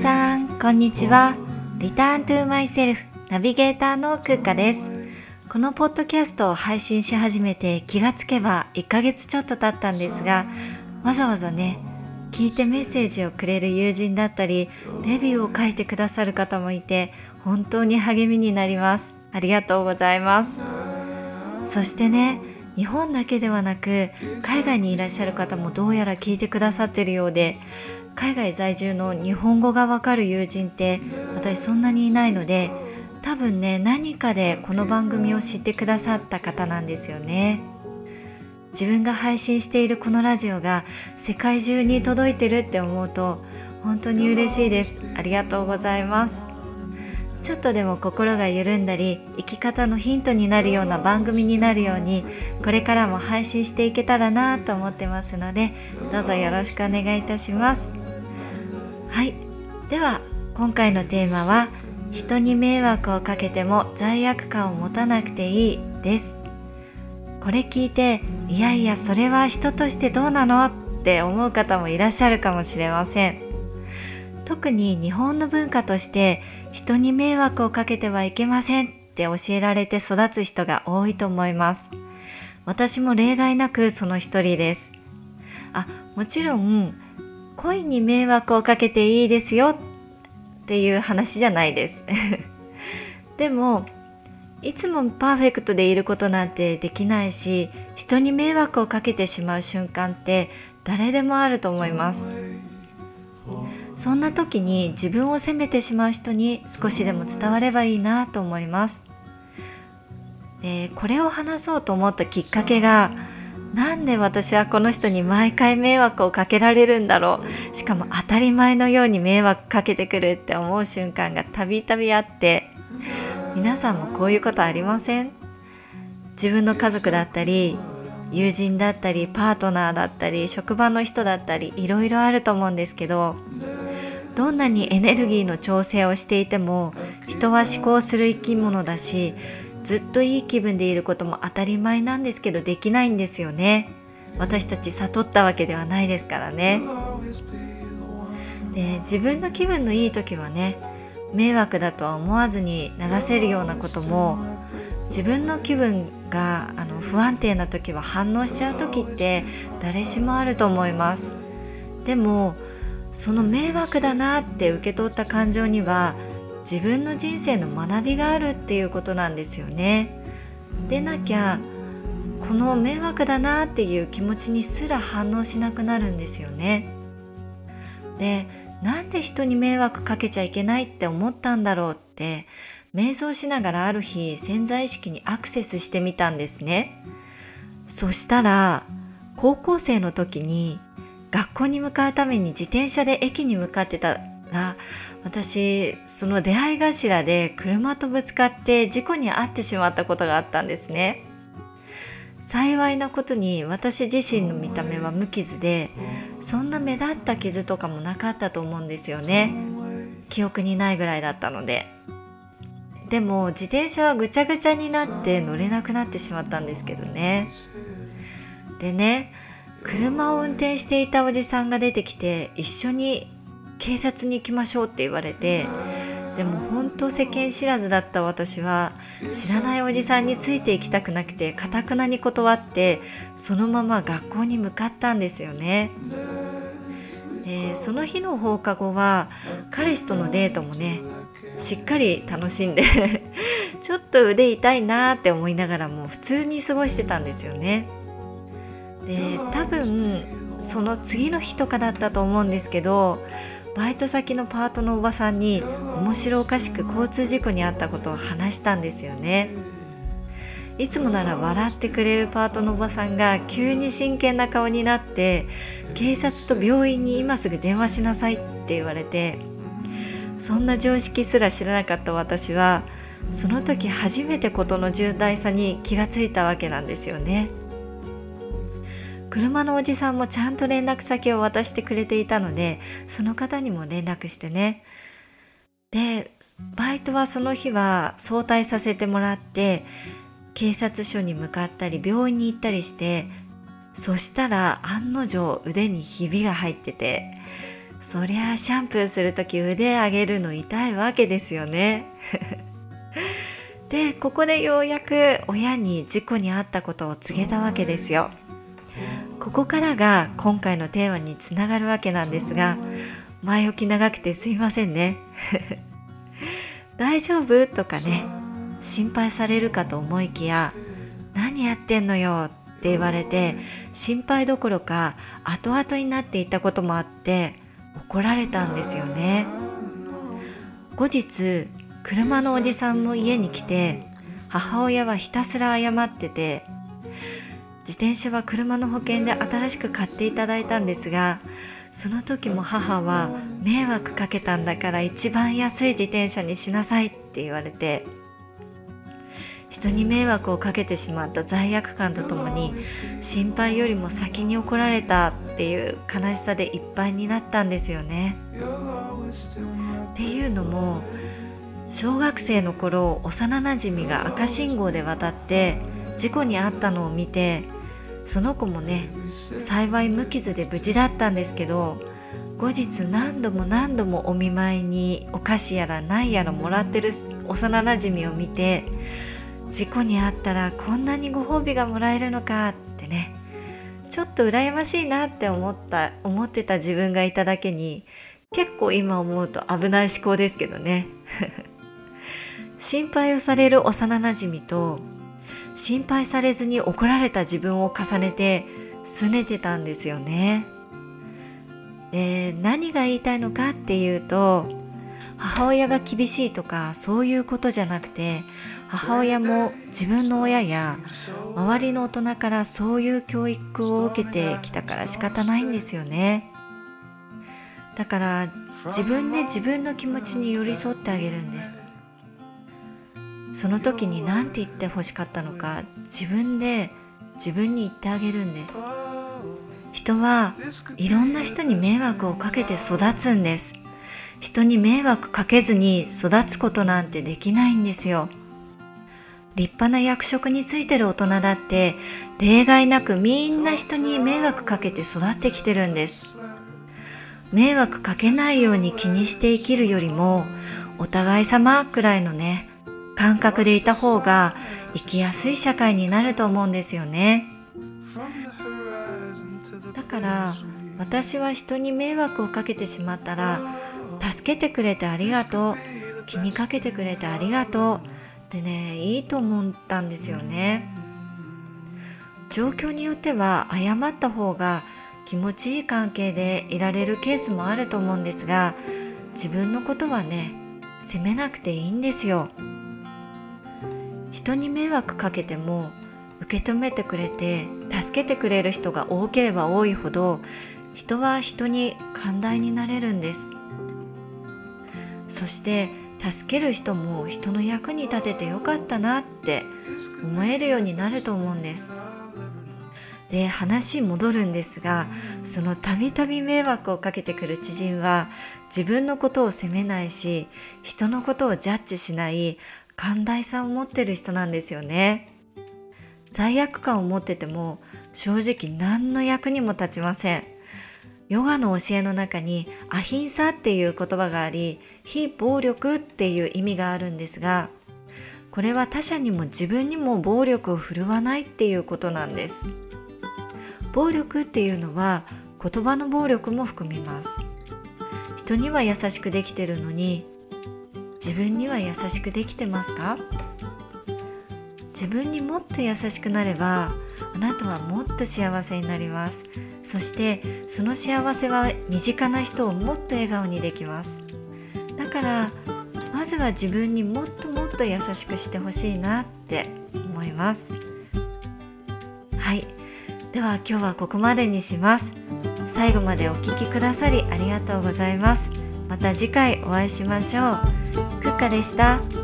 さん、こんにちは。リターントゥマイセルフナビゲーターのクッカです。このポッドキャストを配信し始めて気がつけば1ヶ月ちょっと経ったんですが、わざわざね、聞いてメッセージをくれる友人だったり、レビューを書いてくださる方もいて、本当に励みになります。ありがとうございます。そしてね、日本だけではなく、海外にいらっしゃる方もどうやら聞いてくださっているようで、海外在住の日本語がわかる友人って私そんなにいないので、多分ね、何かでこの番組を知ってくださった方なんですよね。自分が配信しているこのラジオが世界中に届いてるって思うと本当に嬉しいです。ありがとうございます。ちょっとでも心が緩んだり生き方のヒントになるような番組になるように、これからも配信していけたらなと思ってますので、どうぞよろしくお願いいたします。はい、では今回のテーマは、人に迷惑をかけても罪悪感を持たなくていいです。これ聞いて、いやいやそれは人としてどうなのって思う方もいらっしゃるかもしれません。特に日本の文化として人に迷惑をかけてはいけませんって教えられて育つ人が多いと思います。私も例外なくその一人です。もちろん恋に迷惑をかけていいですよっていう話じゃないですでもいつもパーフェクトでいることなんてできないし、人に迷惑をかけてしまう瞬間って誰でもあると思います。そんな時に自分を責めてしまう人に少しでも伝わればいいなと思います。で、これを話そうと思ったきっかけが、なんで私はこの人に毎回迷惑をかけられるんだろう、しかも当たり前のように迷惑かけてくるって思う瞬間がたびたびあって、皆さんもこういうことありません？自分の家族だったり友人だったりパートナーだったり職場の人だったり、いろいろあると思うんですけど、どんなにエネルギーの調整をしていても人は思考する生き物だし、ずっといい気分でいることも当たり前なんですけどできないんですよね。私たち悟ったわけではないですからね。で、自分の気分のいい時はね、迷惑だとは思わずに流せるようなことも、自分の気分が不安定な時は反応しちゃう時って誰しもあると思います。でもその迷惑だなって受け取った感情には自分の人生の学びがあるっていうことなんですよね。でなきゃこの迷惑だなっていう気持ちにすら反応しなくなるんですよね。で、なんで人に迷惑かけちゃいけないって思ったんだろうって瞑想しながらある日潜在意識にアクセスしてみたんですね。そしたら高校生の時に学校に向かうために自転車で駅に向かってたら、私その出会い頭で車とぶつかって事故に遭ってしまったことがあったんですね。幸いなことに私自身の見た目は無傷で、そんな目立った傷とかもなかったと思うんですよね。記憶にないぐらいだったので。でも自転車はぐちゃぐちゃになって乗れなくなってしまったんですけどね。でね、車を運転していたおじさんが出てきて、一緒に警察に行きましょうって言われて、でも本当世間知らずだった私は知らないおじさんについていきたくなくて堅くなに断って、そのまま学校に向かったんですよね。で、その日の放課後は彼氏とのデートもね、しっかり楽しんでちょっと腕痛いなって思いながらも普通に過ごしてたんですよね。で、多分その次の日とかだったと思うんですけど、バイト先のパートのおばさんに面白おかしく交通事故に遭ったことを話したんですよね。いつもなら笑ってくれるパートのおばさんが急に真剣な顔になって、警察と病院に今すぐ電話しなさいって言われて、そんな常識すら知らなかった私はその時初めて事の重大さに気がついたわけなんですよね。車のおじさんもちゃんと連絡先を渡してくれていたので、その方にも連絡してね。で、バイトはその日は早退させてもらって、警察署に向かったり病院に行ったりして、そしたら案の定腕にひびが入ってて、 そりゃシャンプーするとき腕上げるの痛いわけですよね。で、ここでようやく親に事故に遭ったことを告げたわけですよ。ここからが今回のテーマにつながるわけなんですが、前置き長くてすいませんね。大丈夫とかね、心配されるかと思いきや、何やってんのよって言われて、心配どころか後々になっていたこともあって怒られたんですよね。後日、車のおじさんも家に来て、母親はひたすら謝ってて、自転車は車の保険で新しく買っていただいたんですが、その時も母は迷惑かけたんだから一番安い自転車にしなさいって言われて、人に迷惑をかけてしまった罪悪感とともに、心配よりも先に怒られたっていう悲しさでいっぱいになったんですよね。っていうのも、小学生の頃、幼なじみが赤信号で渡って事故に遭ったのを見て、その子もね、幸い無傷で無事だったんですけど、後日何度もお見舞いにお菓子やら何やらもらってる幼なじみを見て、事故に遭ったらこんなにご褒美がもらえるのかってね、ちょっと羨ましいなって思ってた自分がいただけに、結構今思うと危ない思考ですけどね。心配をされる幼なじみと、心配されずに怒られた自分を重ねて拗ねてたんですよね。で、何が言いたいのかっていうと、母親が厳しいとかそういうことじゃなくて、母親も自分の親や周りの大人からそういう教育を受けてきたから仕方ないんですよね。だから自分で自分の気持ちに寄り添ってあげるんです。その時に何て言って欲しかったのか、自分で自分に言ってあげるんです。人はいろんな人に迷惑をかけて育つんです。人に迷惑かけずに育つことなんてできないんですよ。立派な役職についてる大人だって例外なくみんな人に迷惑かけて育ってきてるんです。迷惑かけないように気にして生きるよりも、お互い様くらいのね、感覚でいた方が生きやすい社会になると思うんですよね。だから私は人に迷惑をかけてしまったら、助けてくれてありがとう、気にかけてくれてありがとうってね、いいと思ったんですよね。状況によっては謝った方が気持ちいい関係でいられるケースもあると思うんですが、自分のことはね、責めなくていいんですよ。人に迷惑かけても受け止めてくれて助けてくれる人が多ければ多いほど、人は人に寛大になれるんです。そして助ける人も人の役に立ててよかったなって思えるようになると思うんです。で、話戻るんですが、そのたびたび迷惑をかけてくる知人は、自分のことを責めないし、人のことをジャッジしない寛大さを持ってる人なんですよね。罪悪感を持ってても正直何の役にも立ちません。ヨガの教えの中にアヒンサっていう言葉があり、非暴力っていう意味があるんですが、これは他者にも自分にも暴力を振るわないっていうことなんです。暴力っていうのは言葉の暴力も含みます。人には優しくできてるのに、自分には優しくできてますか？自分にもっと優しくなれば、あなたはもっと幸せになります。そしてその幸せは身近な人をもっと笑顔にできます。だからまずは自分にもっともっと優しくしてほしいなって思います。はい、では今日はここまでにします。最後までお聞きくださりありがとうございます。また次回お会いしましょう。クッカでした。